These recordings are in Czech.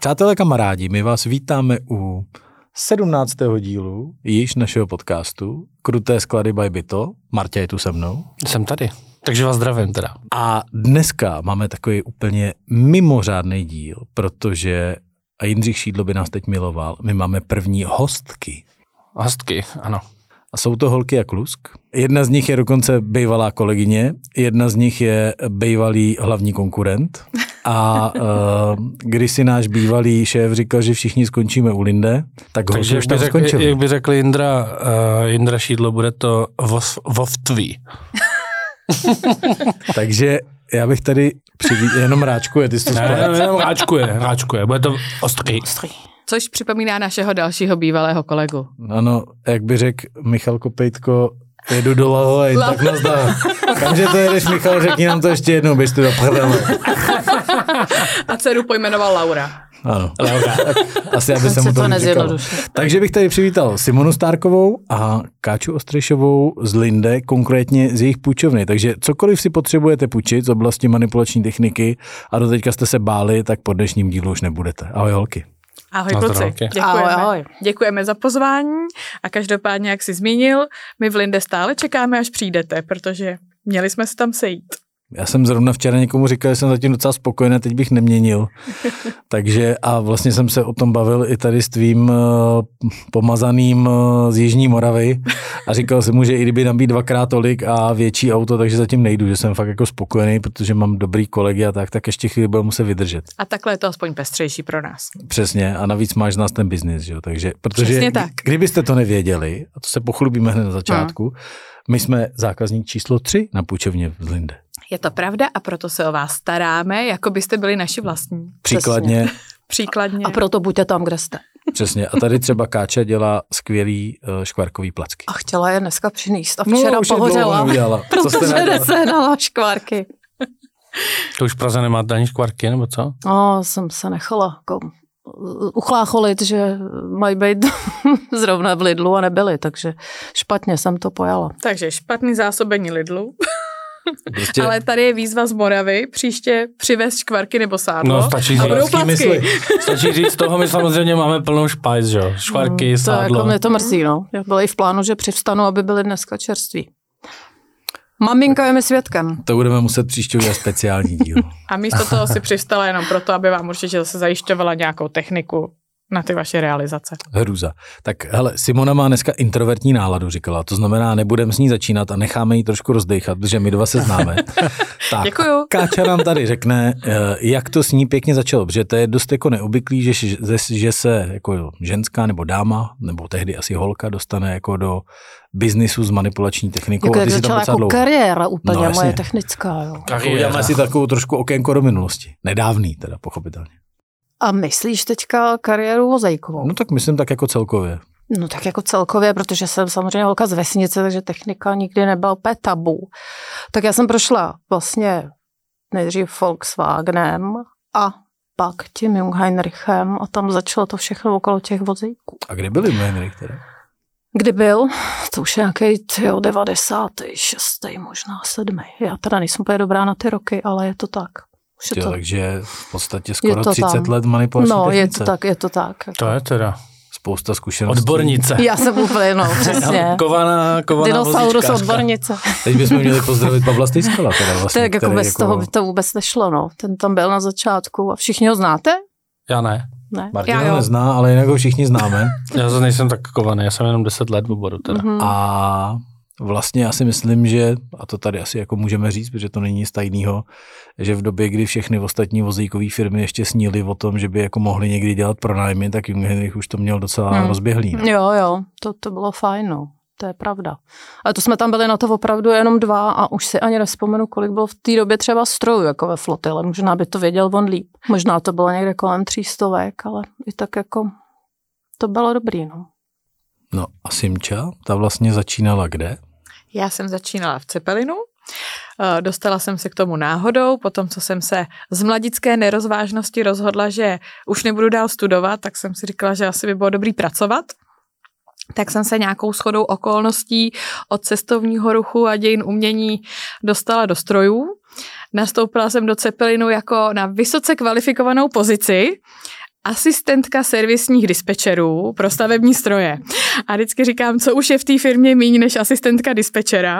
Přátelé, kamarádi, my vás vítáme u 17. dílu již našeho podcastu Kruté sklady by Byto. Marta je tu se mnou. Jsem tady, takže vás zdravím teda. A dneska máme takový úplně mimořádný díl, protože, a Jindřich Šídlo by nás teď miloval, my máme první hostky. Hostky, ano. A jsou to holky jak lusk. Jedna z nich je dokonce bývalá kolegyně, jedna z nich je bývalý hlavní konkurent. A když si náš bývalý šéf říkal, že všichni skončíme u Linde, tak holky už tam skončili. Jak by řekl Jindra Šídlo, bude to vovtví. Takže já bych tady jenom ráčkuje, ty jsi to Ne, jenom ráčkuje, bude to ostrý. Což připomíná našeho dalšího bývalého kolegu. Ano, jak by řekl Michal Kopejtko, jedu do Laholej, tak nazdá. Kamže to jedeš, Michal, řekni nám to ještě jednou, běž ty do prdele. A dceru pojmenoval Laura. Ano, Laura. Asi aby se mu to neříkalo. Takže bych tady přivítal Simonu Stárkovou a Káču Ostrejšovou z Linde, konkrétně z jejich půjčovny. Takže cokoliv si potřebujete půjčit z oblasti manipulační techniky a doteďka jste se báli, tak po dnešním dílu už nebudete. Ahoj holky. Ahoj kluci, děkujeme. Ahoj. Děkujeme za pozvání a každopádně, jak jsi zmínil, my v Linde stále čekáme, až přijdete, protože měli jsme se tam sejít. Já jsem zrovna včera někomu říkal, že jsem zatím docela spokojený, teď bych neměnil. Takže a vlastně jsem se o tom bavil i tady s tvým pomazaným z Jižní Moravy a říkal jsem mu, že i kdyby nám být dvakrát tolik a větší auto, takže zatím nejdu, že jsem fakt jako spokojený, protože mám dobrý kolegy a tak ještě chvíli budu muset vydržet. A takhle je to aspoň pestřejší pro nás. Přesně a navíc máš z nás ten biznis, že jo, takže protože kdybyste to nevěděli, a to se pochlubíme hned na začátku, my jsme zákazník číslo 3 na půjčovně v Linde. Je to pravda a proto se o vás staráme, jako byste byli naši vlastní. Příkladně. Příkladně. A proto buďte tam, kde jste. Přesně. A tady třeba Káča dělá skvělý škvárkový placky. A chtěla je dneska přinést a včera pohořela, protože nesehnala škvárky. To už v Praze nemáte ani škvárky, nebo co? No, jsem se nechala uchlácholit, že mají být zrovna v Lidlu a nebyly, takže špatně jsem to pojala. Takže špatný zásobení Lidlu. Prostě... Ale tady je výzva z Moravy, příště přivést škvarky nebo sádlo. No, stačí říct, toho my samozřejmě máme plnou špajs, že jo, škvarky, sádlo. To jako mě to mrzí, no. Bylo i v plánu, že přivstanu, aby byly dneska čerství. Maminka je mi svědkem. To budeme muset příště udělat speciální díl. A místo toho si přivstala jenom proto, aby vám určitě zase zajišťovala nějakou techniku na ty vaše realizace. Hrůza. Tak hele, Simona má dneska introvertní náladu, říkala. To znamená, nebudeme s ní začínat a necháme ji trošku rozdejchat, protože my dva se známe. Tak, děkuju. Káča nám tady řekne, jak to s ní pěkně začalo, protože to je dost jako neobvyklý, že se jako ženská nebo dáma, nebo tehdy asi holka dostane jako do biznisu s manipulační technikou. Jako jak začala jako kariéra úplně, moje technická. Jo. Uděláme si takovou trošku okénko do minulosti. Nedávný teda, pochopitelně. A myslíš teďka kariéru vozejkovou? No tak myslím tak jako celkově. No tak jako celkově, protože jsem samozřejmě holka z vesnice, takže technika nikdy nebyla úplně tabu. Tak já jsem prošla vlastně nejdřív Volkswagenem a pak tím Jungheinrichem a tam začalo to všechno okolo těch vozejků. A kde byl Jungheinrich teda? Kdy byl? To už je nějaký 96. možná 7. Já teda nejsem úplně dobrá na ty roky, ale je to tak. Takže v podstatě skoro 30 let manipulační technice. Je to tak. To je teda spousta zkušeností. Odbornice. Já jsem úplně, přesně. Kovaná Dinosaurus odbornice. Teď bychom měli pozdravit Pavla Stejskala. Vlastně, tak jako bez toho by to vůbec nešlo, no. Ten tam byl na začátku a všichni ho znáte? Já ne. Martin ho nezná, ale jinak ho všichni známe. Já zase nejsem tak kovaný, já jsem jenom 10 let v oboru teda. Mm-hmm. A vlastně já si myslím, že, a to tady asi jako můžeme říct, protože to není nic tajného, že v době, kdy všechny ostatní vozíkové firmy ještě sníly o tom, že by jako mohli někdy dělat pronájmy, tak Jungheinrich už to měl docela rozběhlý. Ne? Jo, to bylo fajn, no. To je pravda. Ale to jsme tam byli na to opravdu jenom 2 a už si ani nevzpomenu, kolik bylo v té době třeba strojů jako ve flotile. Možná by to věděl on líp. Možná to bylo někde kolem 300, ale i tak jako to bylo dobrý, no. No a Simča, ta vlastně začínala kde? Já jsem začínala v Cepelinu. Dostala jsem se k tomu náhodou, potom co jsem se z mladické nerozvážnosti rozhodla, že už nebudu dál studovat, tak jsem si říkala, že asi by bylo dobrý pracovat. Tak jsem se nějakou shodou okolností od cestovního ruchu a dějin umění dostala do strojů. Nastoupila jsem do Cepelinu jako na vysoce kvalifikovanou pozici asistentka servisních dispečerů pro stavební stroje. A vždycky říkám, co už je v té firmě míň než asistentka dispečera,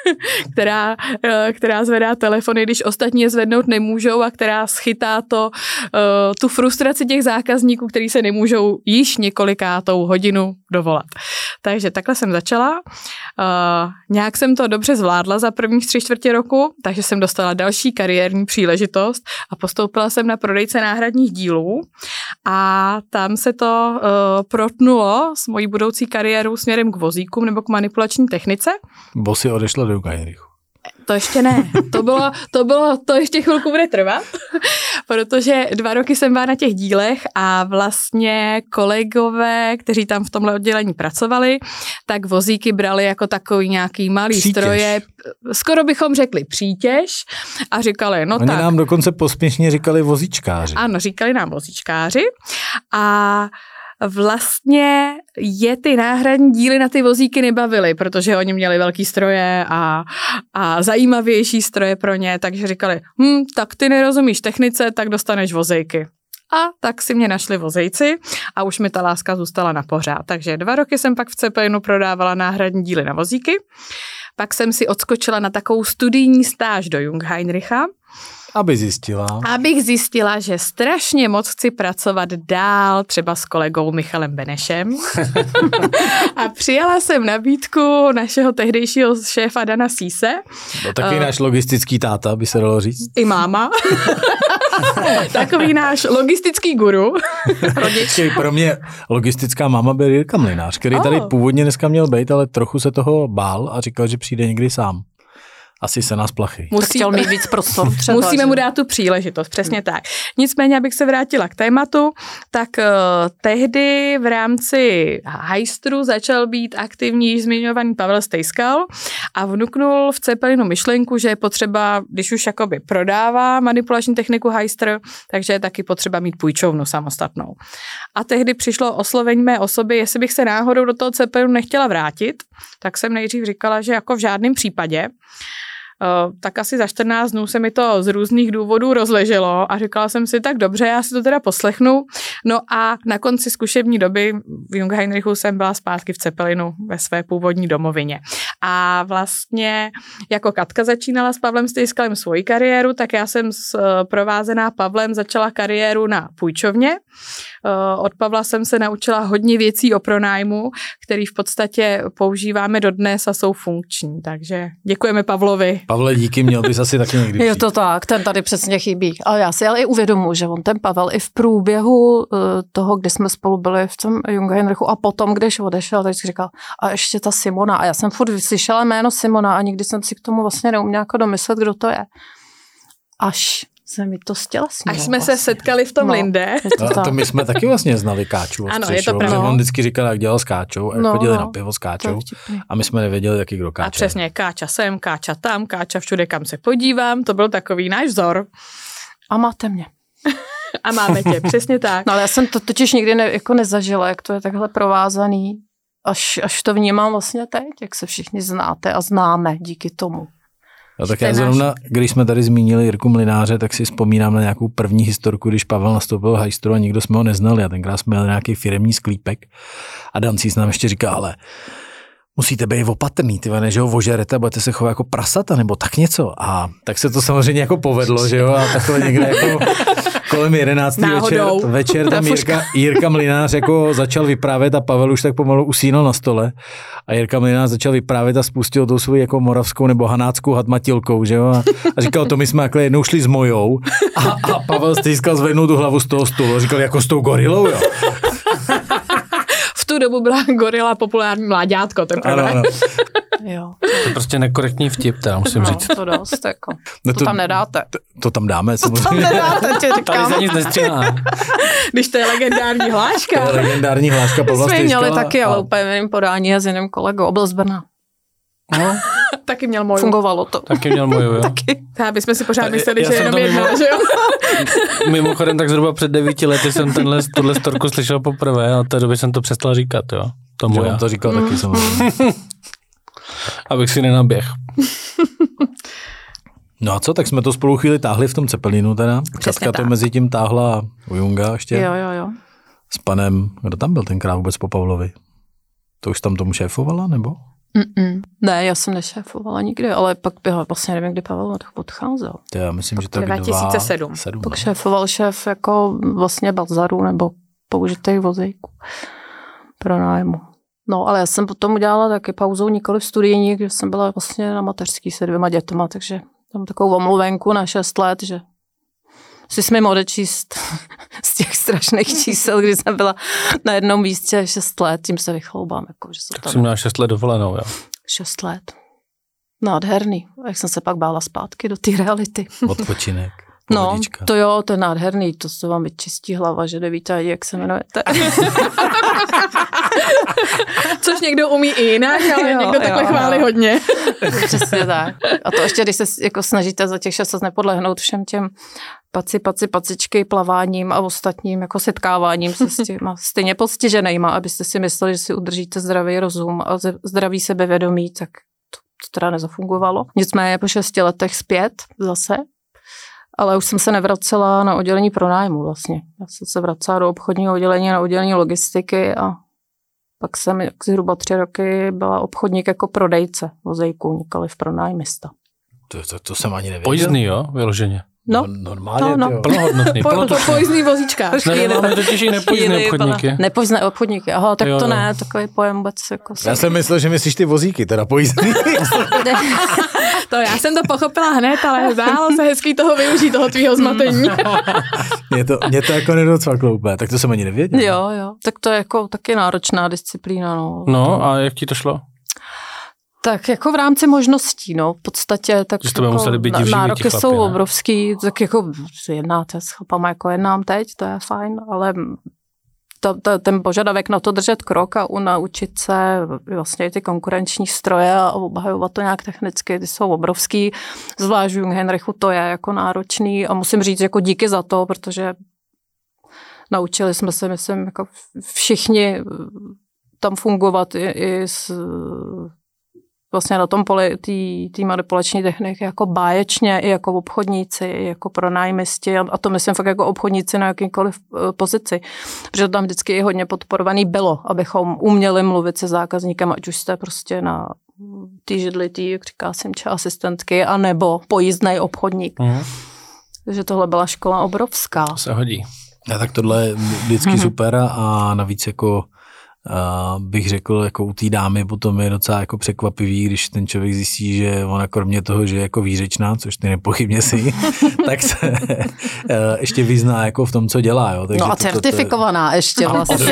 která zvedá telefony, když ostatní je zvednout nemůžou a která schytá tu frustraci těch zákazníků, kteří se nemůžou již několikátou hodinu dovolat. Takže takhle jsem začala. Nějak jsem to dobře zvládla za prvních 3/4 roku, takže jsem dostala další kariérní příležitost a postoupila jsem na prodejce náhradních dílů a tam se to protnulo s mojí budoucí kariérou směrem k vozíkům nebo k manipulační technice. Bo si odešla do Heinrichu. To ještě ne. To ještě chvilku bude trvat, protože 2 roky jsem byla na těch dílech a vlastně kolegové, kteří tam v tomhle oddělení pracovali, tak vozíky brali jako takový nějaký malý stroje. Skoro bychom řekli přítěž a říkali, no Oni tak. nám dokonce posměšně říkali vozíčkáři. Ano, říkali nám vozíčkáři a vlastně je ty náhradní díly na ty vozíky nebavily, protože oni měli velký stroje a zajímavější stroje pro ně, takže říkali, tak ty nerozumíš technice, tak dostaneš vozejky. A tak si mě našli vozejci a už mi ta láska zůstala na pořád. Takže 2 roky jsem pak v Cepelinu prodávala náhradní díly na vozíky. Pak jsem si odskočila na takovou studijní stáž do Jungheinricha. Abych zjistila, že strašně moc chci pracovat dál, třeba s kolegou Michalem Benešem. A přijala jsem nabídku našeho tehdejšího šéfa Dana Síse. To taky náš logistický táta, by se dalo říct. I máma. Takový náš logistický guru. Pro mě logistická máma byl Jirka Mlynář, který tady původně dneska měl být, ale trochu se toho bál a říkal, že přijde někdy sám. Asi se nás plachy. Chtěl mít víc prostor třeba. Musíme mu dát tu příležitost, přesně tak. Nicméně, abych se vrátila k tématu, tak tehdy v rámci Heistru začal být aktivní již zmiňovaný Pavel Stejskal a vnuknul v Cepelinu myšlenku, že je potřeba, když už jakoby prodává manipulační techniku Heistr, takže je taky potřeba mít půjčovnu samostatnou. A tehdy přišlo oslovení mé osoby, jestli bych se náhodou do toho Cepelinu nechtěla vrátit, tak jsem nejdřív říkala, že jako v žádném případě. Tak asi za 14 dnů se mi to z různých důvodů rozleželo a říkala jsem si, tak dobře, já si to teda poslechnu. No a na konci zkušební doby v Jungheinrichu jsem byla zpátky v Cepelinu ve své původní domovině. A vlastně jako Katka začínala s Pavlem Stejskalem svoji kariéru, tak já jsem provázená Pavlem začala kariéru na půjčovně. Od Pavla jsem se naučila hodně věcí o pronájmu, který v podstatě používáme dodnes a jsou funkční. Takže děkujeme Pavlovi. Pavle, díky, měl bys asi taky někdy přijít. Je to tak, ten tady přesně chybí. Ale já si ale i uvědomuji, že on ten Pavel i v průběhu toho, kdy jsme spolu byli v tom Jungheinrichu a potom, když odešel, tak si říkal, a ještě ta Simona. A já jsem furt slyšela jméno Simona a nikdy jsem si k tomu vlastně neuměla jako domyslet, kdo to je. Až se mi to stělesnilo. Až jsme se setkali v tom Linde. To my jsme taky vlastně znali Káču. Ano, je to pravda. On vždycky říkal, jak dělal s Káčou a chodili na pivo s Káčou a my jsme nevěděli, jaký kdo Káča. A přesně, Káča sem, Káča tam, Káča všude, kam se podívám, to byl takový náš vzor. A máte mě. A máme tě, přesně tak. No ale já jsem to totiž nikdy nezažila, jak to je takhle provázaný, až to vnímám vlastně teď, jak se všichni znáte a známe díky tomu. No tak já zrovna, když jsme tady zmínili Jirku Mlynáře, tak si vzpomínám na nějakou první historku, když Pavel nastoupil v Heistru a nikdo jsme ho neznali a tenkrát jsme měli nějaký firemní sklípek a Dan Cís nám ještě říká, ale musíte být opatrný, ty že ho ožerete a budete se chovat jako prasata nebo tak něco. A tak se to samozřejmě jako povedlo, že jo, a takhle někde jako kolem 11. večer tam Jirka Mlynář jako začal vyprávět a Pavel už tak pomalu usínal na stole a Jirka Mlynář začal vyprávět a spustil tou svou jako moravskou nebo hanáckou hadmatilkou, že jo, a říkal, to my jsme takhle jednou šli s Mojou a Pavel Stejskal zvednul tu hlavu z toho stolu, říkal, jako s tou gorilou, jo. V tu dobu byla gorila populární mláďátko, teprve. Ano. Jo. To je prostě nekorektní vtip, teda musím říct. To dost, jako. To tam nedáte. To tam dáme, samozřejmě. To tam nedáte, tě říkám. Tady se nic nestříhá. Když to je legendární hláška. To je legendární hláška Pavla Stejskala. Stejskala. My jsme taky, ale úplně v jiném podání a s jiným kolegou. Byl z Brna. No, Taky měl moju. Fungovalo to. taky měl moju, jo. Taky. Tak bychom si pořád mysleli, Já že jsem jenom to jedna, že jo? Mimochodem, tak zhruba před 9 lety jsem tuhle storku slyšel poprvé a od té doby jsem to přestal říkat, jo. To moja. On to říkal taky samozřejmě. Abych si nenaběh. No a co, tak jsme to spolu chvíli táhli v tom Cepelinu teda. Katka to mezi tím táhla u Junga ještě. Jo. S panem, kdo tam byl tenkrát vůbec po Pavlovi? To už tam tomu šéfovala, nebo? Ne, já jsem nešéfovala nikdy, ale pak byla vlastně nevím, kdy Pavel odcházel. Já myslím, že to je 2007. Pak šéfoval šéf jako vlastně bazaru nebo použitých vozejků pro nájmu. No, ale já jsem potom udělala taky pauzou nikoli v studijní, kde jsem byla vlastně na mateřský se 2 dětma, takže tam takovou omluvenku na 6 let, že si smím odečíst z těch strašných čísel, kdy jsem byla na jednom místě 6 let, tím se vychloubám. Jako, že tak jsem měla 6 let dovolenou, jo. 6 let. Nádherný. Jak jsem se pak bála zpátky do té reality. Odpočinek. No, to jo, to je nádherný, to se vám vyčistí hlava, že nevíte, jak se jmenujete. Což někdo umí i jinak, ale někdo takhle chválí hodně. Přesně tak. A to ještě, když se jako snažíte za těch 6 let nepodlehnout všem těm pacičky, plaváním a ostatním jako setkáváním se s těma stejně postiženýma, abyste si mysleli, že si udržíte zdravý rozum a zdravý sebevědomí, tak to teda nezafungovalo. Nicméně po 6 letech zpět zase, ale už jsem se nevracela na oddělení pronájmu vlastně. Já jsem se vracela do obchodního oddělení na oddělení logistiky a pak jsem zhruba 3 roky byla obchodník jako prodejce vozejků, nikoli v pronájmista. To jsem ani nevěděl. Pojízdný, jo, vyloženě. No, normálně, no. Plnohodnotný. Pojízdný vozíčka. Ne, máme totiž i nepojízdné obchodníky. Nepojízdné obchodníky, aha, tak jo, to ne, takový pojem vůbec jako... Já jsem myslel, že myslíš ty vozíky, teda pojízdný. To já jsem to pochopila hned, ale zdálo se hezký toho využít, toho tvýho zmatení. Mě to jako nedocvaklo úplně, tak to jsem ani nevěděl. Jo, tak to je jako taky náročná disciplína, no. No a jak ti to šlo? Tak jako v rámci možností, no, v podstatě tak jako nároky jsou obrovský, tak jako jednáte s chlapama, jako jednám teď, to je fajn, ale ten požadavek na to držet krok a naučit se vlastně ty konkurenční stroje a obhajovat to nějak technicky, ty jsou obrovský, zvlášť v Henrichu to je jako náročný a musím říct jako díky za to, protože naučili jsme se, myslím, jako všichni tam fungovat i s vlastně na tom poli té manipulační techniky jako báječně, i jako obchodníci, i jako pronájmisti a to myslím fakt jako obchodníci na jakýkoliv pozici, protože tam vždycky i hodně podporovaný bylo, abychom uměli mluvit se zákazníkem, ať už jste prostě na té židli, jak říká Simča, asistentky, anebo pojízdnej obchodník. Takže tohle byla škola obrovská. To se hodí. A tak tohle je vždycky super a navíc jako bych řekl, jako u té dámy potom je docela jako překvapivý, když ten člověk zjistí, že ona kromě toho, že je jako výřečná, což ty nepochybně si, tak se ještě vyzná jako v tom, co dělá. Jo. Takže no a certifikovaná ještě vlastně.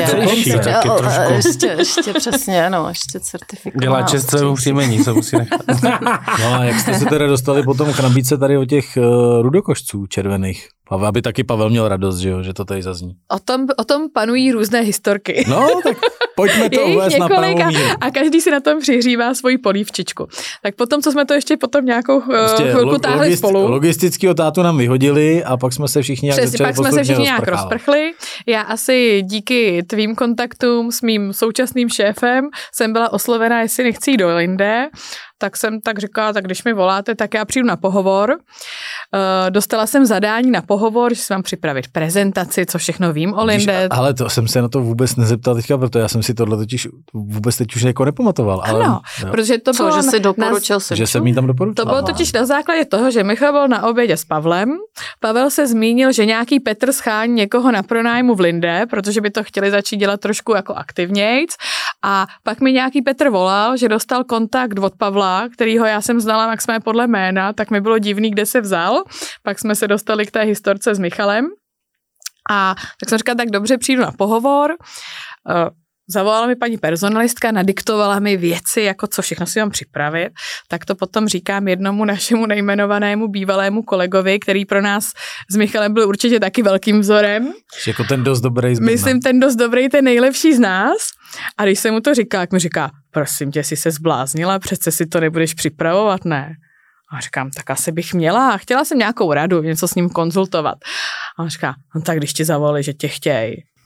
Ještě přesně, no, ještě certifikovaná. Dělá čest svému příjmení, co musí nechat. No a jak jste se teda dostali potom k nabídce tady o těch rudokošců červených? Aby taky Pavel měl radost, že to tady zazní. O tom panují různé historky. No, tak pojďme to uvést na pravou míru. A každý si na tom přihřívá svoji polívčičku. Tak potom, co jsme to ještě potom nějakou chvilku táhli spolu. Logistického tátu nám vyhodili a pak jsme se všichni nějak začali pak jsme se všichni nějak rozprchli. Já asi díky tvým kontaktům s mým současným šéfem jsem byla oslovena, jestli nechci jít do Linde, tak jsem tak říkala, tak když mi voláte, tak já přijdu na pohovor. Dostala jsem zadání na pohovor, že si mám připravit prezentaci, co všechno vím o Linde. Ale to jsem se na to vůbec nezeptal teďka, protože já jsem si tohle totiž vůbec teď už jako nepamatoval. Ale, ano, protože to bylo, že si doporučil že jsem jí tam doporučil. To bylo totiž na základě toho, že Michal byl na obědě s Pavlem. Pavel se zmínil, že nějaký Petr schání někoho na pronájmu v Linde, protože by to chtěli začít dělat trošku jako aktivnějc. A pak mi nějaký Petr volal, že dostal kontakt od Pavla, kterýho já jsem znala maximálně podle jména, tak mi bylo divný, kde se vzal. Pak jsme se dostali k té historce s Michalem. A tak jsem říkala, tak dobře, přijdu na pohovor. Zavolala mi paní personalistka, nadiktovala mi věci, jako co všechno si mám připravit. Tak to potom říkám jednomu našemu nejmenovanému bývalému kolegovi, který pro nás s Michalem byl určitě taky velkým vzorem. Jako ten dost dobrý z Brna. Myslím, ten dost dobrý, ten nejlepší z nás. A když jsem mu to říkala, jak mi říká, prosím tě, jsi se zbláznila, přece si to nebudeš připravovat, ne? A říkám, tak asi bych měla. Chtěla jsem nějakou radu, něco s ním konzultovat. A on říká, no tak když ti zavolali, že tě chtějí.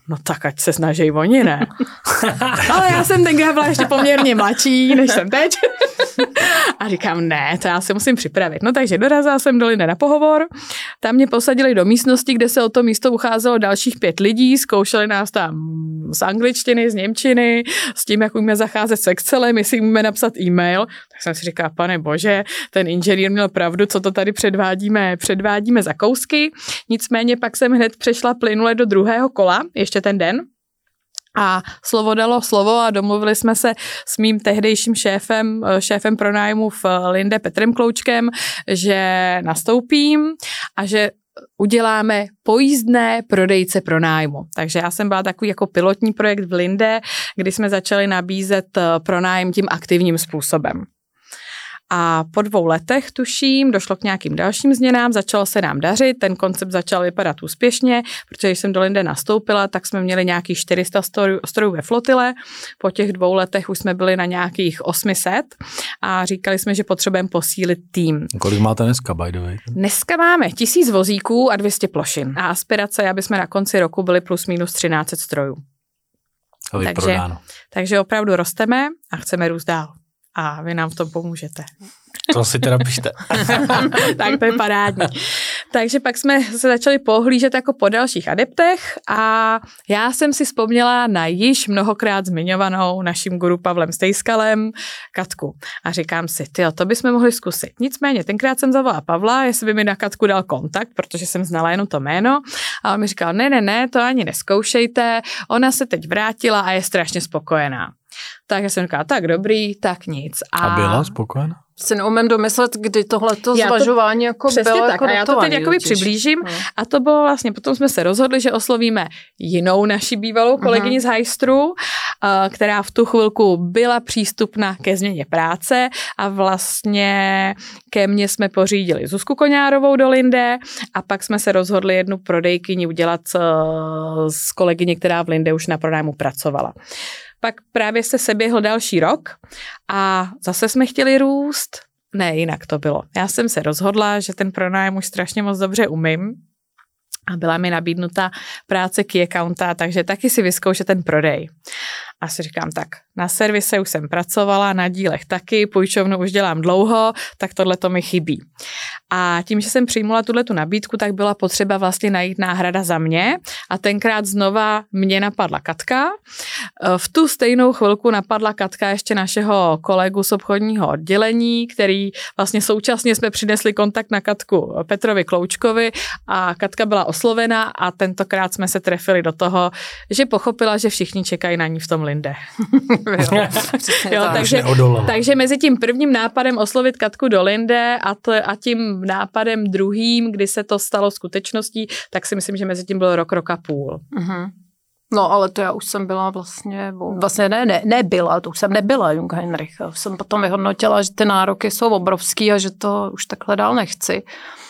no tak ať se snaží oni, ne? Ale já jsem tenkrát byla ještě poměrně mladší, než jsem teď. A říkám, ne, to já se musím připravit. No takže dorazila jsem do Linde na pohovor, tam mě posadili do místnosti, kde se o to místo ucházelo dalších 5 lidí, zkoušeli nás tam z angličtiny, z němčiny, s tím, jak umíme zacházet s Excelem, jestli umíme napsat e-mail. Tak jsem si říkala, pane bože, ten inženýr měl pravdu, co to tady předvádíme za kousky. Nicméně pak jsem hned přešla plynule do druhého kola, ještě ten den. A slovo dalo slovo a domluvili jsme se s mým tehdejším šéfem pronájmu v Linde Petrem Kloučkem, že nastoupím a že uděláme pojízdné prodejce pronájmu. Takže já jsem byla takový jako pilotní projekt v Linde, kdy jsme začali nabízet pronájem tím aktivním způsobem. A po 2 letech, tuším, došlo k nějakým dalším změnám, začalo se nám dařit, ten koncept začal vypadat úspěšně, protože když jsem do Linde nastoupila, tak jsme měli nějakých 400 strojů ve flotile, po těch 2 letech už jsme byli na nějakých 800 a říkali jsme, že potřebujeme posílit tým. Kolik máte dneska, by the way? Dneska máme 1000 vozíků a 200 plošin. A aspirace je, aby jsme na konci roku byli plus minus 1300 strojů. Takže opravdu rosteme a chceme růst dál. A vy nám v tom pomůžete. To si teda pište. Tak to je parádní. Takže pak jsme se začali pohlížet jako po dalších adeptech a já jsem si vzpomněla na již mnohokrát zmiňovanou naším guru Pavlem Stejskalem Katku. A říkám si, to bychom mohli zkusit. Nicméně, tenkrát jsem zavolala Pavla, jestli by mi na Katku dal kontakt, protože jsem znala jenom to jméno. A on mi říkal, ne, to ani neskoušejte, ona se teď vrátila a je strašně spokojená. Tak jsem říkala, tak dobrý, tak nic. A byla spokojená? Si neumím domyslet, kdy tohleto zvažování jako bylo tak, jako a já to teď jakoby přiblížím. A to bylo vlastně, potom jsme se rozhodli, že oslovíme jinou naši bývalou kolegyni z Hajstru, která v tu chvilku byla přístupna ke změně práce a vlastně ke mně jsme pořídili Zuzku Koňárovou do Linde a pak jsme se rozhodli jednu prodejkyni udělat s kolegyní, která v Linde už na pronájmu pracovala. Pak právě se seběhl další rok a zase jsme chtěli růst. Ne, jinak to bylo. Já jsem se rozhodla, že ten pronájem už strašně moc dobře umím a byla mi nabídnuta práce key accounta, takže taky si vyzkoušet ten prodej. A si říkám, tak na servise už jsem pracovala, na dílech taky, půjčovnu už dělám dlouho, tak tohle to mi chybí. A tím, že jsem přijmula tuhletu nabídku, tak byla potřeba vlastně najít náhrada za mě a tenkrát znova mě napadla Katka. V tu stejnou chvilku napadla Katka ještě našeho kolegu z obchodního oddělení, který vlastně současně jsme přinesli kontakt na Katku Petrovi Kloučkovi a Katka byla oslovena a tentokrát jsme se trefili do toho, že pochopila, že všichni čekají na ní v tom Linde. Takže mezi tím prvním nápadem oslovit Katku do Linde a tím nápadem druhým, kdy se to stalo skutečností, tak si myslím, že mezi tím byl rok a půl. Uh-huh. No, ale to já už jsem byla vlastně nebyla, to už jsem nebyla Jungheinrich. Já jsem potom vyhodnotila, že ty nároky jsou obrovský a že to už takhle dál nechci.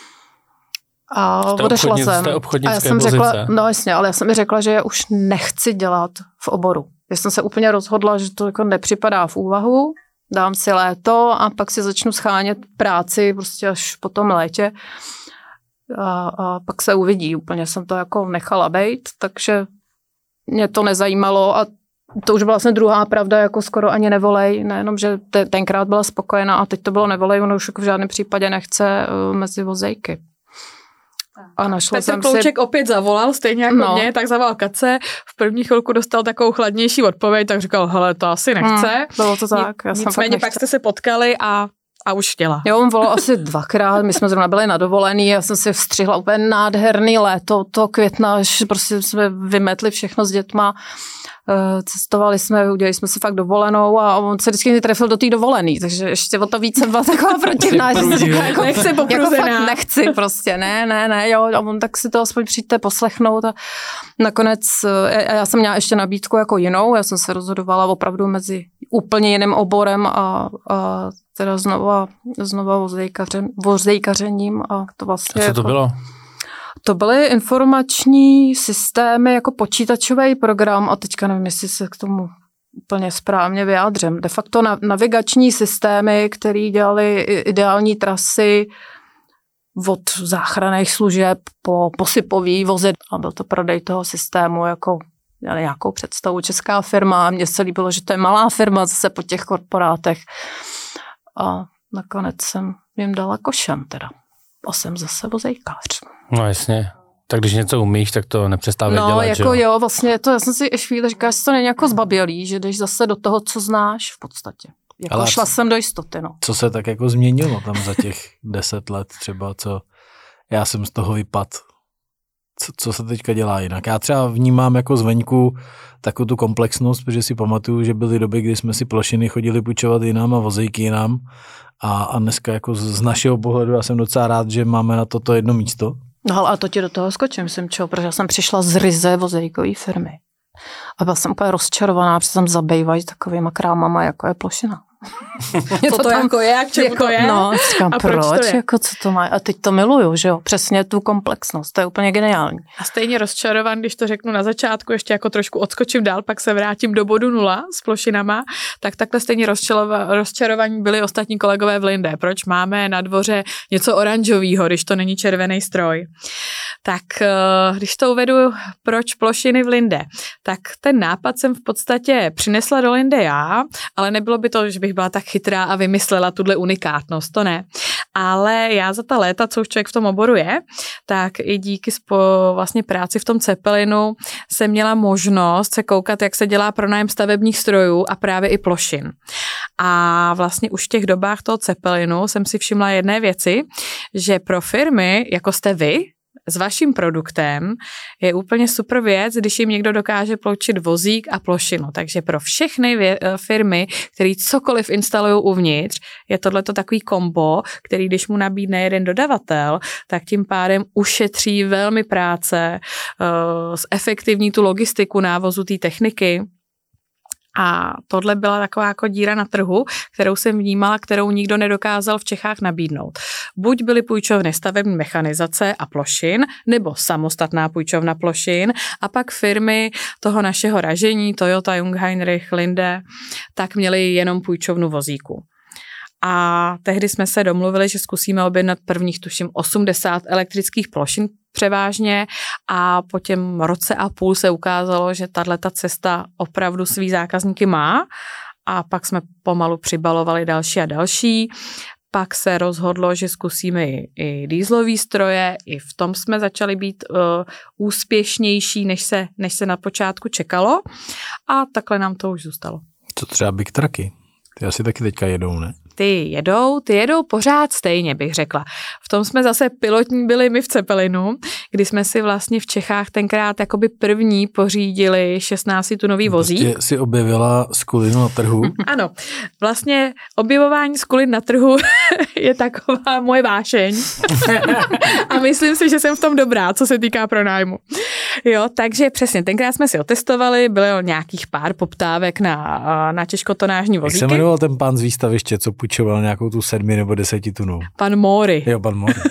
A odešla jsem. A já jsem řekla, no jasně, ale já jsem mi řekla, že já už nechci dělat v oboru. Já jsem se úplně rozhodla, že to jako nepřipadá v úvahu, dám si léto a pak si začnu schánět práci prostě až po tom létě a pak se uvidí. Úplně jsem to jako nechala bejt, takže mě to nezajímalo a to už byla vlastně druhá pravda, jako skoro ani nevolej, nejenom, že tenkrát byla spokojená a teď to bylo nevolej, ono už jako v žádném případě nechce mezi vozejky. A Petr Klouček opět zavolal, stejně jako mě, tak zavolal Katce. V první chvilku dostal takovou chladnější odpověď, tak říkal, hele, to asi nechce. Bylo to tak. Nicméně pak jste se potkali a už chtěla. Jo, on volal asi 2krát, my jsme zrovna byli na dovolený, já jsem si vstřihla úplně nádherný léto, to května, až prostě jsme vymetli všechno s dětma. Cestovali jsme, udělali jsme si fakt dovolenou a on se vždycky trefil do té dovolený, takže ještě o to více byla taková protivná, že se jako nechci popruzená. Jako nechci prostě, ne, jo, a on tak si to aspoň přijďte poslechnout a nakonec já jsem měla ještě nabídku jako jinou, já jsem se rozhodovala opravdu mezi úplně jiným oborem a teda znova vozejkařením a to vlastně... A co to bylo? To byly informační systémy jako počítačový program a teďka nevím, jestli se k tomu úplně správně vyjádřím. De facto navigační systémy, které dělaly ideální trasy od záchranných služeb po posypový vozy a byl to prodej toho systému jako měli nějakou představu, česká firma, a mně se líbilo, že to je malá firma zase po těch korporátech. A nakonec jsem jim dala košem teda. A jsem zase vozejkář. No jasně. Tak když něco umíš, tak to nepřestávej dělat, No jako jo, vlastně to, já jsem si ještě chvíli říkala, že to není jako zbabělý, že jdeš zase do toho, co znáš v podstatě. Jako ale šla jsem do jistoty, no. Co se tak jako změnilo tam za těch 10 let třeba, co já jsem z toho vypadl? Co se teďka dělá jinak? Já třeba vnímám jako zvenku takovou tu komplexnost, protože si pamatuju, že byly doby, kdy jsme si plošiny chodili půjčovat jinam a vozejky jinam a dneska jako z našeho pohledu já jsem docela rád, že máme na toto jedno místo. No ale to ti do toho skočím, protože já jsem přišla z ryze vozejkové firmy. A byla jsem úplně rozčarovaná, protože tam zabývají takovýma krámama, jako je plošina. Co to jako je, k čemu to je? No, říkám, proč, jako co to má? A teď to miluju, že jo, přesně tu komplexnost, to je úplně geniální. A stejně rozčarovan, když to řeknu na začátku, ještě jako trošku odskočím dál, pak se vrátím do bodu 0 s plošinama, tak takhle stejně rozčarovaní byli ostatní kolegové v Linde. Proč máme na dvoře něco oranžového, když to není červený stroj? Tak když to uvedu, proč plošiny v Linde, tak ten nápad jsem v podstatě přinesla do Linde já, ale nebylo by to, že bych byla tak chytrá a vymyslela tuhle unikátnost, to ne. Ale já za ta léta, co už člověk v tom oboru je, tak i díky vlastně práci v tom Cepelinu jsem měla možnost se koukat, jak se dělá pronájem stavebních strojů a právě i plošin. A vlastně už v těch dobách toho Cepelinu jsem si všimla jedné věci, že pro firmy, jako jste vy, s vaším produktem je úplně super věc, když jim někdo dokáže ploučit vozík a plošinu. Takže pro všechny firmy, které cokoliv instalují uvnitř, je tohleto takový kombo, který když mu nabídne jeden dodavatel, tak tím pádem ušetří velmi práce, zefektivní tu logistiku návozu té techniky. A tohle byla taková jako díra na trhu, kterou jsem vnímala, kterou nikdo nedokázal v Čechách nabídnout. Buď byly půjčovny stavební mechanizace a plošin, nebo samostatná půjčovna plošin a pak firmy toho našeho ražení, Toyota, Jungheinrich, Linde, tak měly jenom půjčovnu vozíku. A tehdy jsme se domluvili, že zkusíme objednat prvních, tuším, 80 elektrických plošin převážně a po těm roce a půl se ukázalo, že tato cesta opravdu svý zákazníky má a pak jsme pomalu přibalovali další a další. Pak se rozhodlo, že zkusíme i dieselové stroje, i v tom jsme začali být úspěšnější, než se na počátku čekalo a takhle nám to už zůstalo. Co třeba big trucky? Ty asi taky teďka jedou, ne? Ty jedou pořád stejně, bych řekla. V tom jsme zase pilotní byli my v Cepelinu, kdy jsme si vlastně v Čechách tenkrát jakoby první pořídili 16-tunový vozík. Prostě si objevila skulinu na trhu. Ano, vlastně objevování skulin na trhu je taková moje vášeň. A myslím si, že jsem v tom dobrá, co se týká pronájmu. Jo, takže přesně, tenkrát jsme si otestovali, bylo nějakých pár poptávek na těžkotonážní vozíky. Jak se jmenoval ten pán z výstaviště, co půjčoval nějakou tu 7 nebo 10 tunu? Pan Mori. Jo, pan Mori.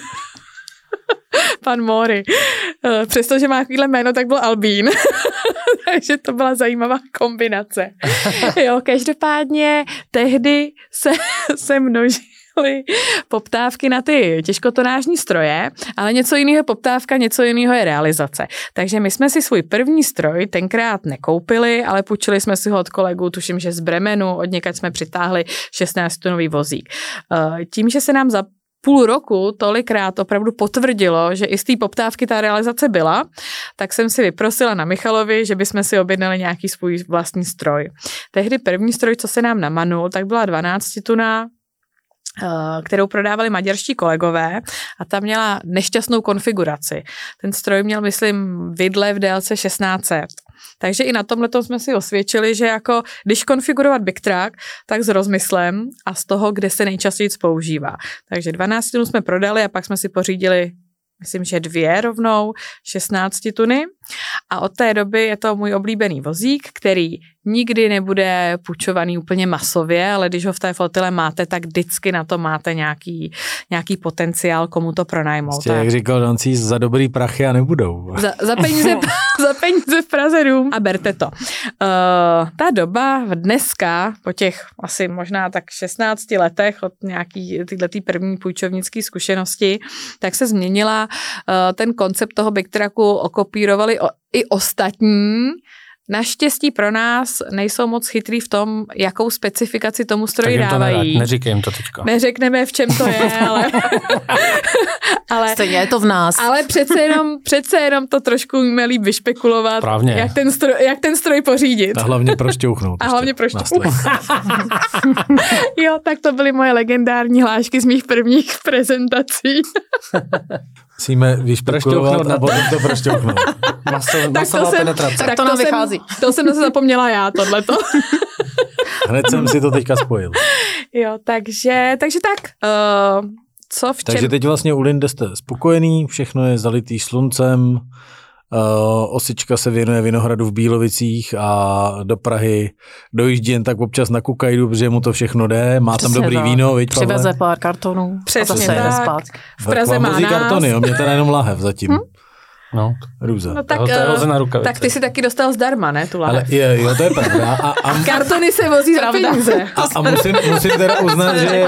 Pan Mori. Přestože má takovýhle jméno, tak byl Albín. Takže to byla zajímavá kombinace. Jo, každopádně tehdy se množí poptávky na ty těžkotonážní stroje, ale něco jiného poptávka, něco jiného je realizace. Takže my jsme si svůj první stroj tenkrát nekoupili, ale půjčili jsme si ho od kolegů, tuším, že z Bremenu, od někaď jsme přitáhli 16-tunový vozík. Tím, že se nám za půl roku tolikrát opravdu potvrdilo, že i z té poptávky ta realizace byla, tak jsem si vyprosila na Michalovi, že bychom si objednali nějaký svůj vlastní stroj. Tehdy první stroj, co se nám namanul, tak byla 12-tuna, kterou prodávali maďarští kolegové a ta měla nešťastnou konfiguraci. Ten stroj měl, myslím, vidle v délce 1600. Takže i na tomhletom jsme si osvědčili, že jako když konfigurovat big truck, tak s rozmyslem a z toho, kde se nejčastěji používá. Takže 12 tun jsme prodali a pak jsme si pořídili, myslím, že 2 rovnou 16 tuny. A od té doby je to můj oblíbený vozík, který nikdy nebude půjčovaný úplně masově, ale když ho v té flotile máte, tak vždycky na to máte nějaký potenciál, komu to pronajmout. Prostě, jak říkal Dancí, za dobrý prachy a nebudou. Za peníze v Praze dům a berte to. Ta doba dneska, po těch asi možná tak 16 letech od nějaký tyhletý první půjčovnické zkušenosti, tak se změnila ten koncept toho big trucku, okopírovali i ostatní, Naštěstí pro nás nejsou moc chytrý v tom, jakou specifikaci tomu stroji dávají. Neříkej jim to teďka. Neřekneme, v čem to je, ale stejně je to v nás. Ale přece jenom to trošku umíme líp vyšpekulovat, jak ten stroj pořídit. A hlavně prošťouchnout. Jo, tak to byly moje legendární hlášky z mých prvních prezentací. Musíme vyšpekulovat a potom to prošťouchnout. Masová penetrace. Tak to nám vychází. To jsem zase zapomněla já, tohleto. Hned jsem si to teďka spojil. Jo, takže tak. Co v čem? Takže teď vlastně u Lindy jste spokojený, všechno je zalitý sluncem, Osička se věnuje Vinohradu v Bílovicích a do Prahy dojíždí jen tak občas na Kukajdu, protože mu to všechno jde, má tam dobrý víno, viď, Pavle? Přiveze pár kartonů. Přesně tak. V Praze má nás. Kartony, jo, mě teda jenom láhev zatím. No. Růza. No tak ty si taky dostal zdarma, ne, tu láhev. Ale jo, to je pravda. A kartony se vozí za peníze. A musím teda uznat, že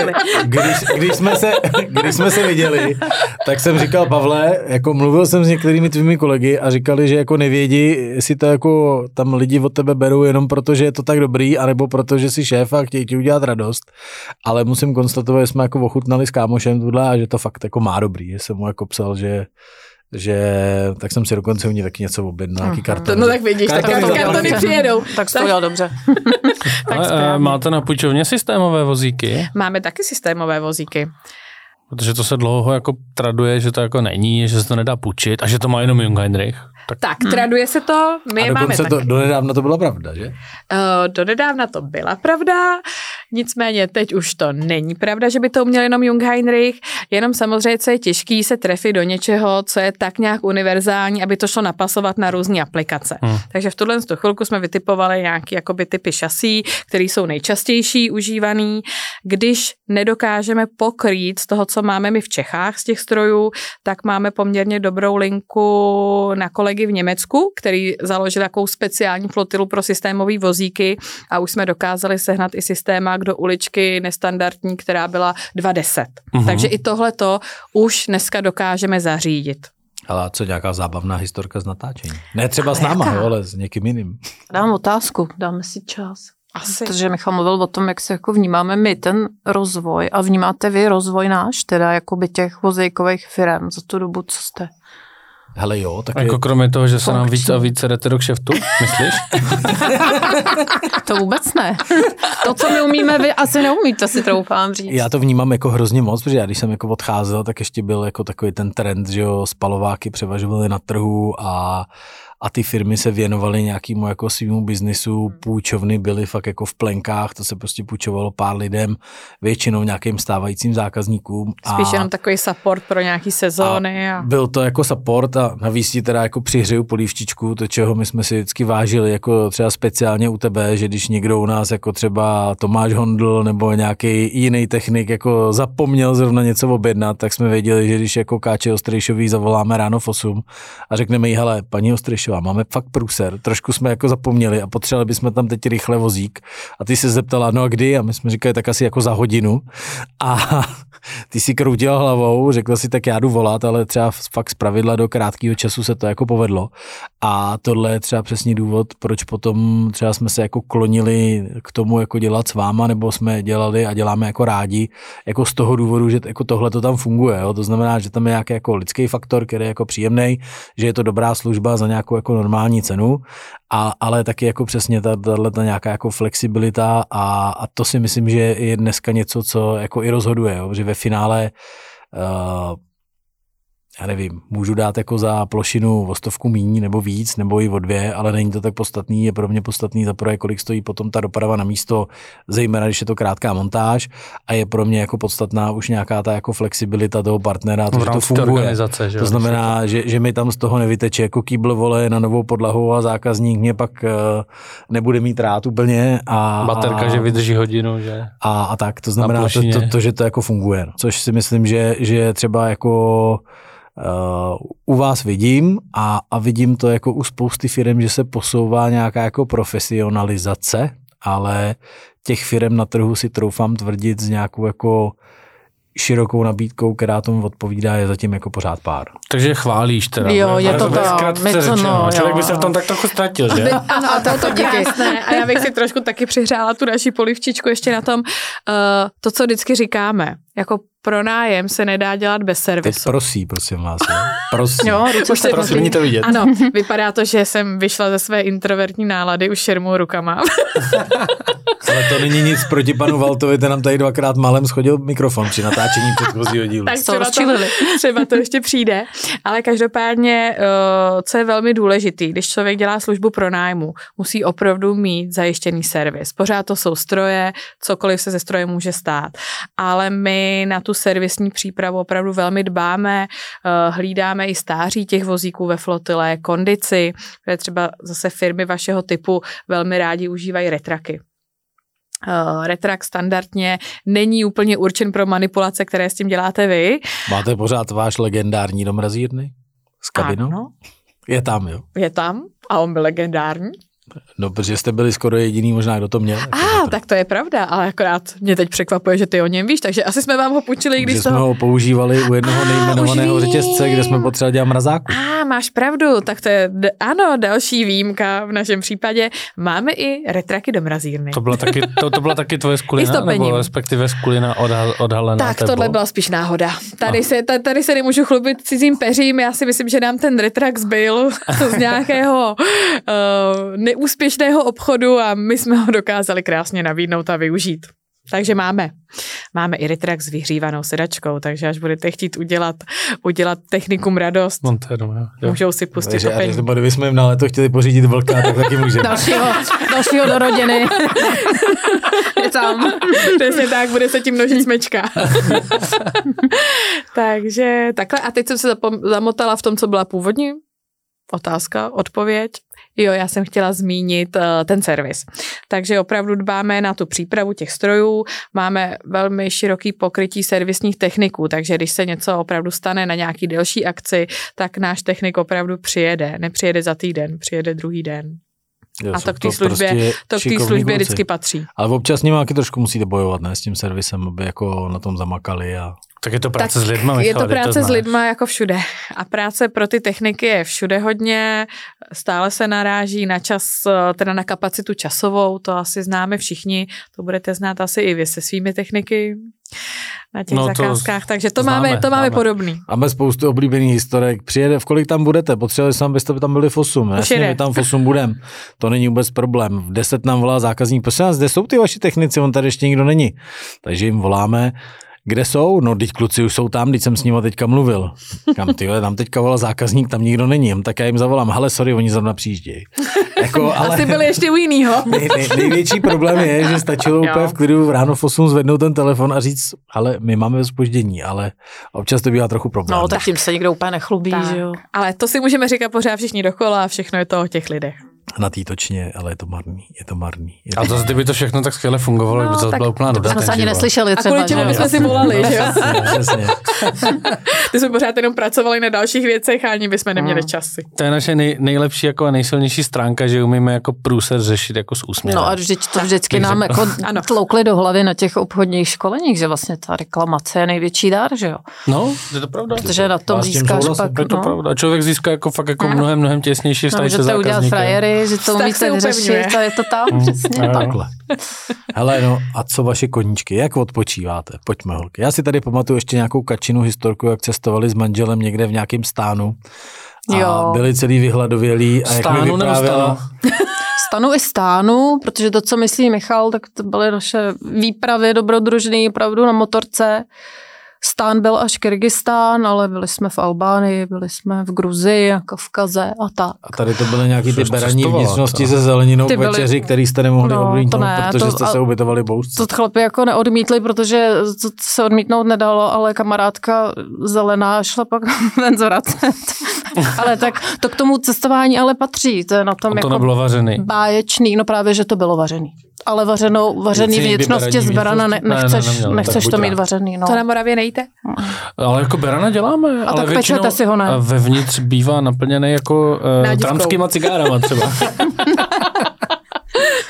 když jsme se viděli, tak jsem říkal, Pavle, jako mluvil jsem s některými tvými kolegy a říkali, že jako nevědí, jestli to jako tam lidi od tebe berou jenom proto, že je to tak dobrý, anebo proto, že jsi šéf a chtějí ti udělat radost. Ale musím konstatovat, že jsme jako ochutnali s kámošem tuhle a že to fakt jako má dobrý. Že jsem mu jako psal, že tak jsem si dokonce u ní taky něco objednal, nějaký karton. No tak vidíš, kartony přijedou. Tak to dělal dobře. Ale máte na půjčovně systémové vozíky? Máme taky systémové vozíky. Protože to se dlouho jako traduje, že to jako není, že se to nedá půjčit a že to má jenom Jungheinrich. Tak traduje se to, my je máme taky. Donedávna to byla pravda, že? Donedávna to byla pravda, nicméně teď už to není pravda, že by to uměl jenom Jungheinrich, jenom samozřejmě, co je těžký se trefit do něčeho, co je tak nějak univerzální, aby to šlo napasovat na různé aplikace. Takže v tuhle chvilku jsme vytipovali nějaké jakoby typy šasí, které jsou nejčastější užívaný. Když nedokážeme pokrýt z toho, co máme my v Čechách z těch strojů, tak máme poměrně dobrou linku na kolegy v Německu, který založil takovou speciální flotilu pro systémové vozíky a už jsme dokázali sehnat i systémák do uličky nestandardní, která byla 210. Takže i tohleto už dneska dokážeme zařídit. Ale co nějaká zábavná historka z natáčení? Ne třeba s náma, ale s někým jiným. Dám otázku, dáme si čas. Asi. Protože Michal mluvil o tom, jak se jako vnímáme my ten rozvoj a vnímáte vy rozvoj náš, teda jakoby těch vozejkových firem za tu dobu, co jste. Hele jo, tak jako kromě toho, že se nám víc a víc jdete do kšeftu, myslíš? To vůbec ne. To, co my umíme, vy asi neumíte, si troufám říct. Já to vnímám jako hrozně moc, protože já když jsem jako odcházel, tak ještě byl jako takový ten trend, že jo, spalováky převažovaly na trhu a ty firmy se věnovaly nějakému jako svýmu biznisu, půjčovny byly fakt jako v plenkách, to se prostě půjčovalo pár lidem, většinou nějakým stávajícím zákazníkům. Spíš jenom takový support pro nějaký sezóny. A byl to jako support a navíc ti teda jako přihřeju polívčičku, to čeho my jsme si vždycky vážili, jako třeba speciálně u tebe, že když někdo u nás jako třeba Tomáš Hondl nebo nějaký jiný technik jako zapomněl zrovna něco objednat, tak jsme věděli, že když jako Káče Ostrejšový zavoláme ráno v 8 a řekneme jí, hele, paní Ostrejšová, máme fakt průser, trošku jsme jako zapomněli a potřebovali bychom tam teď rychle vozík a ty se zeptala, no a kdy? A my jsme říkali, tak asi jako za hodinu a ty si kroutila hlavou, řekla si, tak já jdu volat, ale třeba fakt z pravidla do krátkého času se to jako povedlo a tohle je třeba přesně důvod, proč potom třeba jsme se jako klonili k tomu jako dělat s váma, nebo jsme dělali a děláme jako rádi, jako z toho důvodu, že jako tohle to tam funguje, jo? To znamená, že tam je nějaký jako lidský faktor, který je jako příjemný, že je to dobrá služba za nějakou jako normální cenu, ale taky jako přesně tato nějaká jako flexibilita a to si myslím, že je dneska něco, co jako i rozhoduje, jo? Že ve finále já nevím, můžu dát jako za plošinu o 100 míň nebo víc, nebo i o 2, ale není to tak podstatný, je pro mě podstatný za prvé, kolik stojí potom ta doprava na místo, zejména když je to krátká montáž a je pro mě jako podstatná už nějaká ta jako flexibilita toho partnera, to, že to funguje. Že to znamená, že mi tam z toho nevyteče jako kýbl vole na novou podlahu a zákazník mě pak nebude mít rád úplně. Baterka, že vydrží hodinu, že? A tak, to znamená to, že to jako funguje, což si myslím, že třeba jako u vás vidím a vidím to jako u spousty firem, že se posouvá nějaká jako profesionalizace, ale těch firem na trhu si troufám tvrdit s nějakou jako širokou nabídkou, která tomu odpovídá, je zatím jako pořád pár. Takže chválíš teda. Jo, je to tak. Člověk by se v tom tak trochu ztratil, že? Ano, to díky. A já bych si trošku taky přihřála tu naši polivčičku ještě na tom, to, co vždycky říkáme, jako pronájem se nedá dělat bez servisu. Teď prosím vás. Prosím. Jo, prosím, není to vidět. Ano, vypadá to, že jsem vyšla ze své introvertní nálady, už šermu rukama. Ale to není nic proti panu Valtovi, ten nám tady 2krát málem schodil mikrofon při natáčení předchozího dílu. Tak třeba to ještě přijde. Ale každopádně, co je velmi důležitý, když člověk dělá službu pronájmu, musí opravdu mít zajištěný servis. Pořád to jsou stroje, cokoliv se ze stroje může stát. Ale my na tu servisní přípravu opravdu velmi dbáme, hlídáme i stáří těch vozíků ve flotile, kondici, které třeba zase firmy vašeho typu velmi rádi užívají retraky. Retrak standardně není úplně určen pro manipulace, které s tím děláte vy. Máte pořád váš legendární dom razírny s kabinou? Ano. Je tam, jo? Je tam a on byl legendární. No, protože jste byli skoro jediný možná, kdo to měl. Tak to je pravda, ale akorát mě teď překvapuje, že ty o něm víš, takže asi jsme vám ho půjčili, když jsme ho používali u jednoho nejmenovaného řetězce, kde jsme potřebovali dělat mrazáku. Máš pravdu, tak to je, ano, další výjimka v našem případě. Máme i retraky do mrazírny. To byla taky tvoje skulina, nebo respektive skulina odhalená? Tak tohle byla spíš náhoda. Tady se nemůžu chlubit cizím peřím, já si myslím, že nám ten retrak zbyl z nějakého neúspěšného obchodu a my jsme ho dokázali krásně nabídnout a využít. Takže máme i retrak s vyhřívanou sedačkou, takže až budete chtít udělat technikum radost, můžou si pustit topení. Kdyby jsme jim na léto chtěli pořídit vlka, tak taky můžeme. Dalšího do rodiny. Je tam. Přesně tak, bude se tím množit smečka. Takže takhle. A teď jsem se zamotala v tom, co byla původní otázka, odpověď. Jo, já jsem chtěla zmínit ten servis. Takže opravdu dbáme na tu přípravu těch strojů, máme velmi široký pokrytí servisních techniků, takže když se něco opravdu stane na nějaký delší akci, tak náš technik opravdu přijede. Nepřijede za týden, přijede druhý den. Jo, a to k té službě vždycky patří. Ale občas s nimi taky trošku musíte bojovat, ne, s tím servisem, aby jako na tom zamakali a... Tak je to práce s lidma, Michal, je to práce s lidma jako všude. A práce pro ty techniky je všude hodně, stále se naráží na čas, teda na kapacitu časovou, to asi známe všichni, to budete znát asi i vy se svými techniky na těch zakázkách, takže to máme podobný. Máme spoustu oblíbených historek. Přijede, v kolik tam budete? Potřebovali jsme, abyste tam byli v 8. Jasně, my tam v 8 budeme. To není vůbec problém. V 10 nám volá zákazník. Prosím vás, kde jsou ty vaši technici? On tady ještě nikdo není. Takže jim voláme. Kde jsou? No, teď kluci už jsou tam, teď jsem s nimi teďka mluvil. Kam tyhle, tam teďka volal zákazník, tam nikdo není. Tak já jim zavolám, hele, sorry, oni zrovna přijíždějí. Jako, ale asi byli ještě u jinýho. Největší problém je, že stačilo úplně v klidu ráno v 8 zvednout ten telefon a říct, ale my máme zpoždění, ale občas to bývá trochu problém. No, tak tím se nikdo úplně nechlubí, že jo. Ale to si můžeme říkat pořád všichni dokola a všechno je to o těch lidech. Na té točně, ale je to marný. A zase, kdyby to všechno tak skvěle fungovalo, by to byla úplná doda. Jsme se ani neslyšeli třeba. A kvůli čemu bychom si volali, že jo? Přesně. Ty jsme pořád jenom pracovali na dalších věcech a ani bychom neměli časy. To je naše nejlepší jako a nejsilnější stránka, že umíme jako průser řešit jako s úsměvem. No a to vždycky nám jako tloukli do hlavy na těch obchodních školeních, že vlastně ta reklamace je největší dár, že jo? No, je to pravda. Protože na tom získáš pak. Je to pravda. Člověk získá jako fakt jako mnohem těsnější vztahy se zákazníkem. Že to umíte vyřešit, to je to tam, přesně. Takhle. Hele, no a co vaše koníčky, jak odpočíváte? Pojďme, holky. Já si tady pamatuju ještě nějakou kačinu historku, jak cestovali s manželem někde v nějakém stánu a byli celý vyhladovělí. A jak mi vyprávěla... Stanu i stánu, protože to, co myslí Michal, tak to byly naše výpravy dobrodružné, opravdu na motorce. Stán byl až Kyrgyzstán, ale byli jsme v Albánii, byli jsme v Gruzii, na Kavkaze a tak. A tady to byly nějaký ty beraní vnitřnosti se zeleninou k večeři, který jste nemohli odmítnout, protože jste se ubytovali bouřce. To chlapi jako neodmítli, protože to se odmítnout nedalo, ale kamarádka zelená šla pak ven zvracet. Ale tak to k tomu cestování ale patří. To je na tom to jako nebylo vařený. Báječný, no právě, že to bylo vařený. Ale vařený vnitřnosti z berana nechceš to mít vařený. No. To na Moravě nejíte? Ale jako berana děláme. A ale tak pečete si ho, ne? Vevnitř bývá naplněný jako tramskýma cigárama třeba.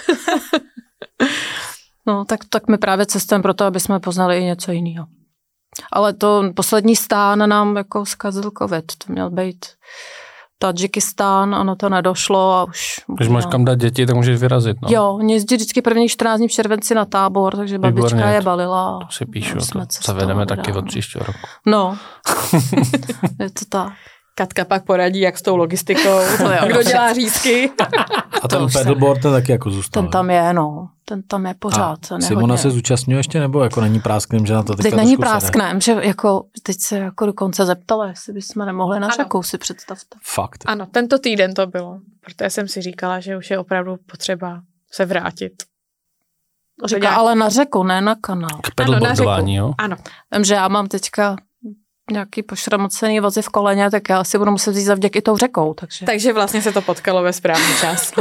No, tak my právě cestujeme proto, aby jsme poznali i něco jiného. Ale to poslední stán nám jako zkazil covid. To měl být Tadžikistán, ono to nedošlo a už... Když máš kam dát děti, tak můžeš vyrazit, no. Jo, oni jezdí vždycky první 14 dní v červenci na tábor, takže babička je balila. To si píšu, to zavedeme taky od příštího roku. No, je to tak. Katka pak poradí, jak s tou logistikou, kdo dělá řízky. A ten pedalboard ten taky jako zůstal. Ten tam je, no. Ten tam je pořád. Simona se zúčastňuje ještě, nebo jako není prásknem, že na to teďka teď není prásknem, že jako teď se jako dokonce zeptala, jestli bychom nemohli na řekou, si představte. Fakt. Ano, tento týden to bylo, protože jsem si říkala, že už je opravdu potřeba se vrátit. Říká, ale na řeku, ne na kanál. K pedalboardování, jo? Ano. Vím, že já mám teďka nějaký pošramocený vazy v koleně, tak já si budu muset vzít za vděk i tou řekou. Takže vlastně se to potkalo ve správný čas.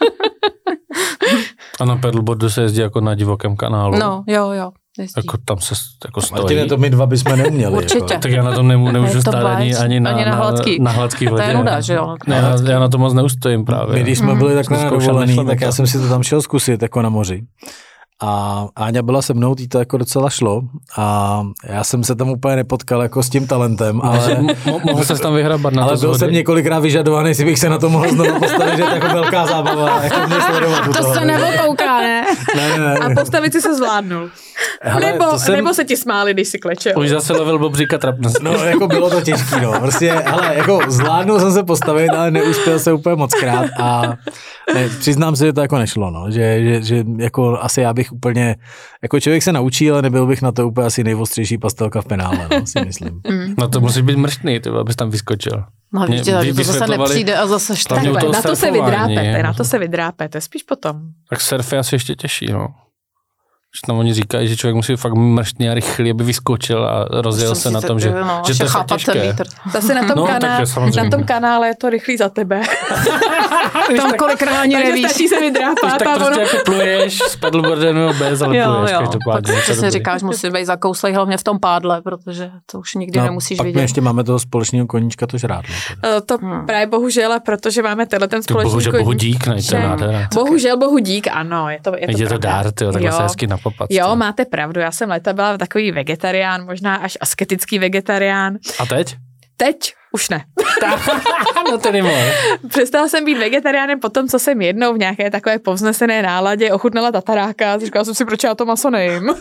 A na pedalboardu se jezdí jako na divokém kanálu. No, jo. Jezdí. Jako tam se jako stojí. Martine, to my dva bychom neuměli. Určitě. Jako. Tak já na tom nemůžu stát ani na hladký vodě. To je nuda, že jo? Ne, já na to moc neustojím právě. My, když jsme byli takhle na dovolený, tak já jsem si to tam šel zkusit jako na moři. A Áňa byla se mnou, jí to jako docela šlo a já jsem se tam úplně nepotkal jako s tím talentem, ale mohl se tam vyhrabat na to. Ale byl jsem několikrát vyžadovaný, jestli bych se na to mohl znovu postavit, že je to jako velká zábava, jako mě sledovat u toho. To se nepokouká, ne? Ne. A postavit si se zvládnul. Hele, nebo se ti smáli, když si klečel. Už zase level Bobříka trapnost. No, jako bylo to těžký, no. Prostě, hele, jako zvládnul jsem se postavit, ale neuspěl se úplně moc krát a ne, přiznám se, že to jako nešlo, no. Že jako asi já bych úplně, jako člověk se naučí, ale nebyl bych na to úplně asi nejostřejší pastelka v penále, no, si myslím. No to musí být mrštný, ty, abys tam vyskočil. No vidíte, že to zase nepřijde a zase štve. Na to se vydrápete, spíš potom. Tak surf je asi ještě těžší, no. Že tam oni říkají, že člověk musí fakt mrštný a rychlý, aby vyskočil a rozjel se na tom, že to je těžké. Zase na tom kanále je to rychlý za tebe. Tam kolikrát ani nevíš. Takže stačí se vydrápat. Tak prostě jako pluješ s paddleboardem nebo bez, ale pluješ každopádně. Pak si říkáš, musí být zakouslej hlavně v tom pádle, protože to už nikdy nemusíš vidět. Pak my ještě máme toho společného koníčka, to žrádlo. To právě bohužel, protože máme ten společný koníček. Bohudík, ne, to je nádhera. Bohužík, ano, je to je to dár, takhle se hezky napopat. Jo, máte pravdu, já jsem léta byla takový vegetarián, možná až asketický vegetarián. A teď? Teď už ne. No tedy mohl. Přestala jsem být vegetariánem potom, co jsem jednou v nějaké takové povznesené náladě ochutnala tataráka. Říkala jsem si, proč já to maso nejím.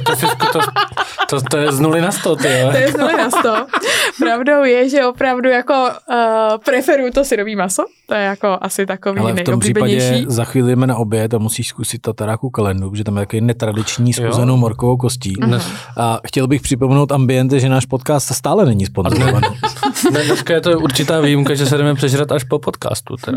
Tak to je z 0 na 100, ty jo. To je z 0 na 100. Pravdou je, že opravdu jako preferuju to syrový maso. To je jako asi takový nejoblíbenější. Ale v tom případě za chvíli jdeme na oběd a musíš zkusit tataráku kalendu, protože tam je takový netradiční s uzenou morkovou kostí. A chtěl bych připomenout ambiente, že náš podcast stále není sponzorovaný. Dneska je to určitá výjimka, že se jdeme přežrat až po podcastu. Teda.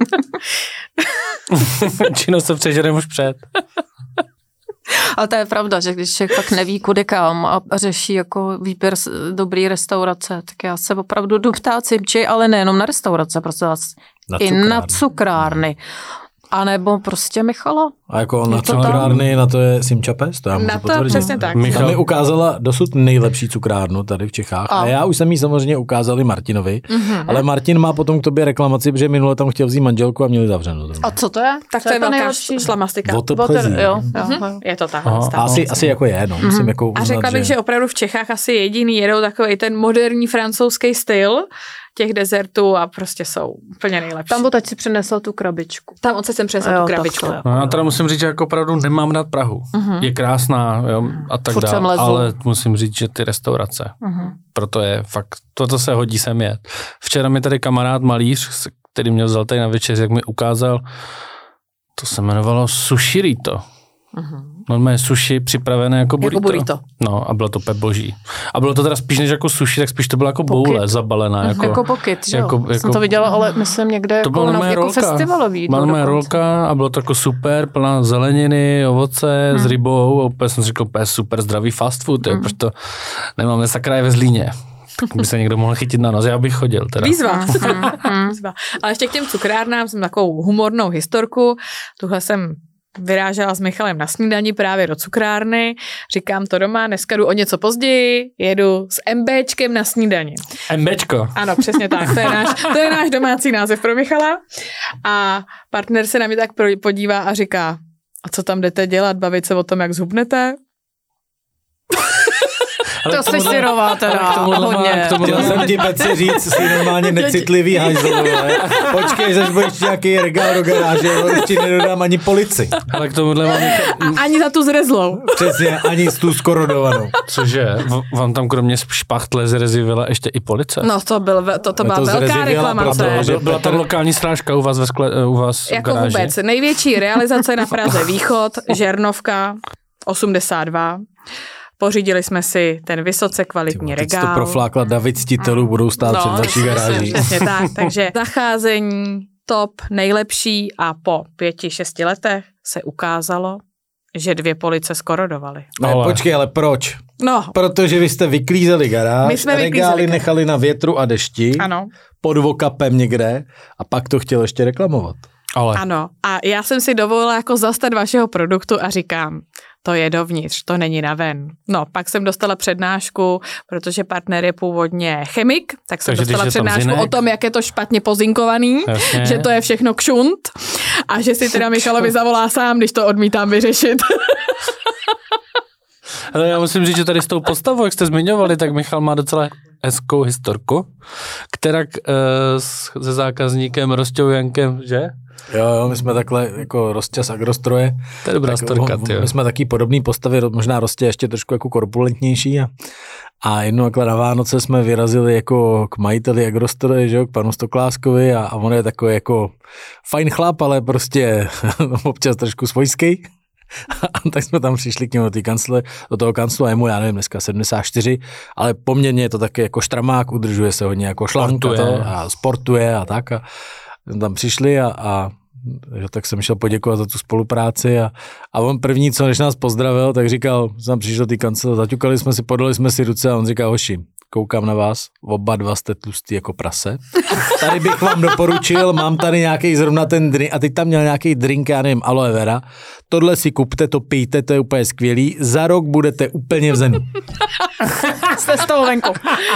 Čino se přežereme už před. Ale to je pravda, že když člověk fakt neví kudy kam a řeší jako výběr dobrý restaurace, tak já se opravdu jdu ptát Simči, ale nejenom na restaurace, prostě i na cukrárny. A nebo prostě Michala. A jako na cukrárny, na to je Simča Pes, to já můžu potvrdit. Přesně tak. Michal mi ukázala dosud nejlepší cukrárnu tady v Čechách. A já už jsem jí samozřejmě ukázal i Martinovi, ale Martin má potom k tobě reklamaci, protože minule tam chtěl vzít manželku a měli zavřenou. A co to je? Tak to je velká šlamastika. Jo. Je to tak. Asi jako je, no. Musím jako uznat, a řekla bych, že opravdu v Čechách asi jediný jedou takový ten moderní francouzský styl těch dezertů a prostě jsou úplně nejlepší. Tam teď si přinesl tu krabičku. Tam odsaď jsem přinesl tu krabičku. No, já teda musím říct, že jako opravdu nemám rád Prahu. Je krásná, jo, a tak dále, ale musím říct, že ty restaurace, proto je fakt, toto se hodí sem jet. Včera mi tady kamarád malíř, který mě vzal tady na večeři, jak mi ukázal, to se jmenovalo Sushirito. Normálně sushi připravené jako burrito. No a bylo to boží. A bylo to teda spíš než jako sushi, tak spíš to bylo jako boule zabalená. Jako pokyt, že jo? Jsem to viděla, ale myslím někde to jako, jako festivalový jídlo. Byla rolka a bylo to jako super, plná zeleniny, ovoce s rybou. A úplně jsem si řekl, super zdravý fast food, protože to nemáme sakra ve Zlíně. Tak by se někdo mohl chytit na nos, já bych chodil. Teda. Výzva. Ale ještě k těm cukrárnám jsem takovou humornou historku. Tuhle jsem vyrážela s Michalem na snídani právě do cukrárny, říkám to doma, dneska jdu o něco později, jedu s MBčkem na snídani. MBčko? Ano, přesně tak, to je náš domácí název pro Michala a partner se na mě tak podívá a říká, a co tam jdete dělat, bavit se o tom, jak zhubnete? To se syrová teda hodně. Chtěl jsem ti, Petře, říct, jsi normálně necitlivý hajzlové. Počkej, zaž budeš nějaký regál do garáže, ještě nedodám ani polici. Ale k tomuhle mám... Ani za tu zrezlou. Přesně, ani tu skorodovanou. Cože? Vám tam kromě špachtle zrezivila ještě i police? No to byla velká reklamace. Byla tam lokální strážka u vás u vás jako v garáži? Vůbec. Největší realizace na Praze Východ, Žernovka, 82. Pořídili jsme si ten vysoce kvalitní regál. Teď to proflákla David Ctitelů, budou stát před vaší garáží. Přesně tak, takže zacházení top, nejlepší a po 5-6 letech se ukázalo, že 2 police skorodovaly. No, počkej, ale proč? No. Protože vy jste vyklízeli garáž, regály nechali na větru a dešti, ano. pod vokapem někde a pak to chtěl ještě reklamovat. Ale. Ano, a já jsem si dovolila jako zastat vašeho produktu a říkám, to je dovnitř, to není naven. No, pak jsem dostala přednášku, protože partner je původně chemik, tak jsem dostala přednášku o tom, jak je to špatně pozinkovaný, jasně. Že to je všechno kšunt a že si teda Michalovi zavolá sám, když to odmítám vyřešit. Ale já musím říct, že tady s tou postavou, jak jste zmiňovali, tak Michal má docela hezkou historku, která se zákazníkem Rostou Jankem, že? Jo, my jsme takhle jako Rostě z Agrostroje. To je dobrá storka, tyjo. My jsme taky podobný postavy, možná Rostě ještě trošku jako korpulentnější a jednou takhle na Vánoce jsme vyrazili jako k majiteli Agrostroje, že jo, k panu Stokláskovi a on je takový jako fajn chlap, ale prostě občas trošku svojský. A tak jsme tam přišli k němu do toho kanclu a jemu, já nevím, dneska 74, ale poměrně je to taky jako štramák, udržuje se hodně jako šlank a sportuje a tak. A tam přišli a tak jsem šel poděkovat za tu spolupráci a on první, co než nás pozdravil, tak říkal, jsem přišel do té kancel, zaťukali jsme si, podali jsme si ruce a on říká, hoši, koukám na vás, oba dva jste tlustý jako prase. Tady bych vám doporučil, mám tady nějaký zrovna ten drink, a teď tam měl nějaký drink, já nevím, aloe vera, tohle si kupte, to pijte, to je úplně skvělý, za rok budete úplně v zemi. Jste z toho venku.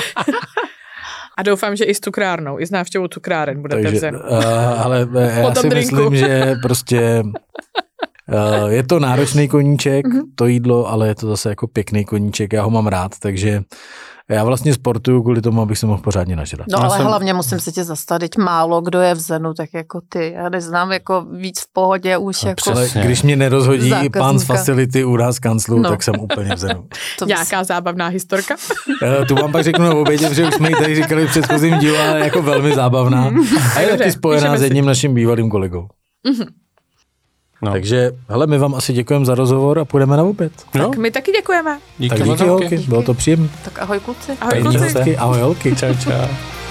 A doufám, že i s cukrárnou, i s návštěvou cukráren budete v zemi. Ale já si myslím, že prostě je to náročný koníček, to jídlo, ale je to zase jako pěkný koníček, já ho mám rád, takže já vlastně sportuju kvůli tomu, abych se mohl pořádně nažrat. No ale hlavně musím se tě zastavit, málo kdo je v Zenu, tak jako ty. Já neznám jako víc v pohodě už jako... Ale když mě nerozhodí pán z facility u nás kanclu, tak jsem úplně v Zenu. Nějaká zábavná historka? Tu vám pak řeknu na obědě, protože už jsme ji tady říkali v předchozím dílu, ale jako velmi zábavná. A je taky spojená s jedním naším bývalým kolegou. No. Takže, hele, my vám asi děkujeme za rozhovor a půjdeme na oběd. Tak my taky děkujeme. Díky holky, bylo to příjemné. Tak ahoj kluci. Ahoj kluci. Ahoj holky. Čau, čau.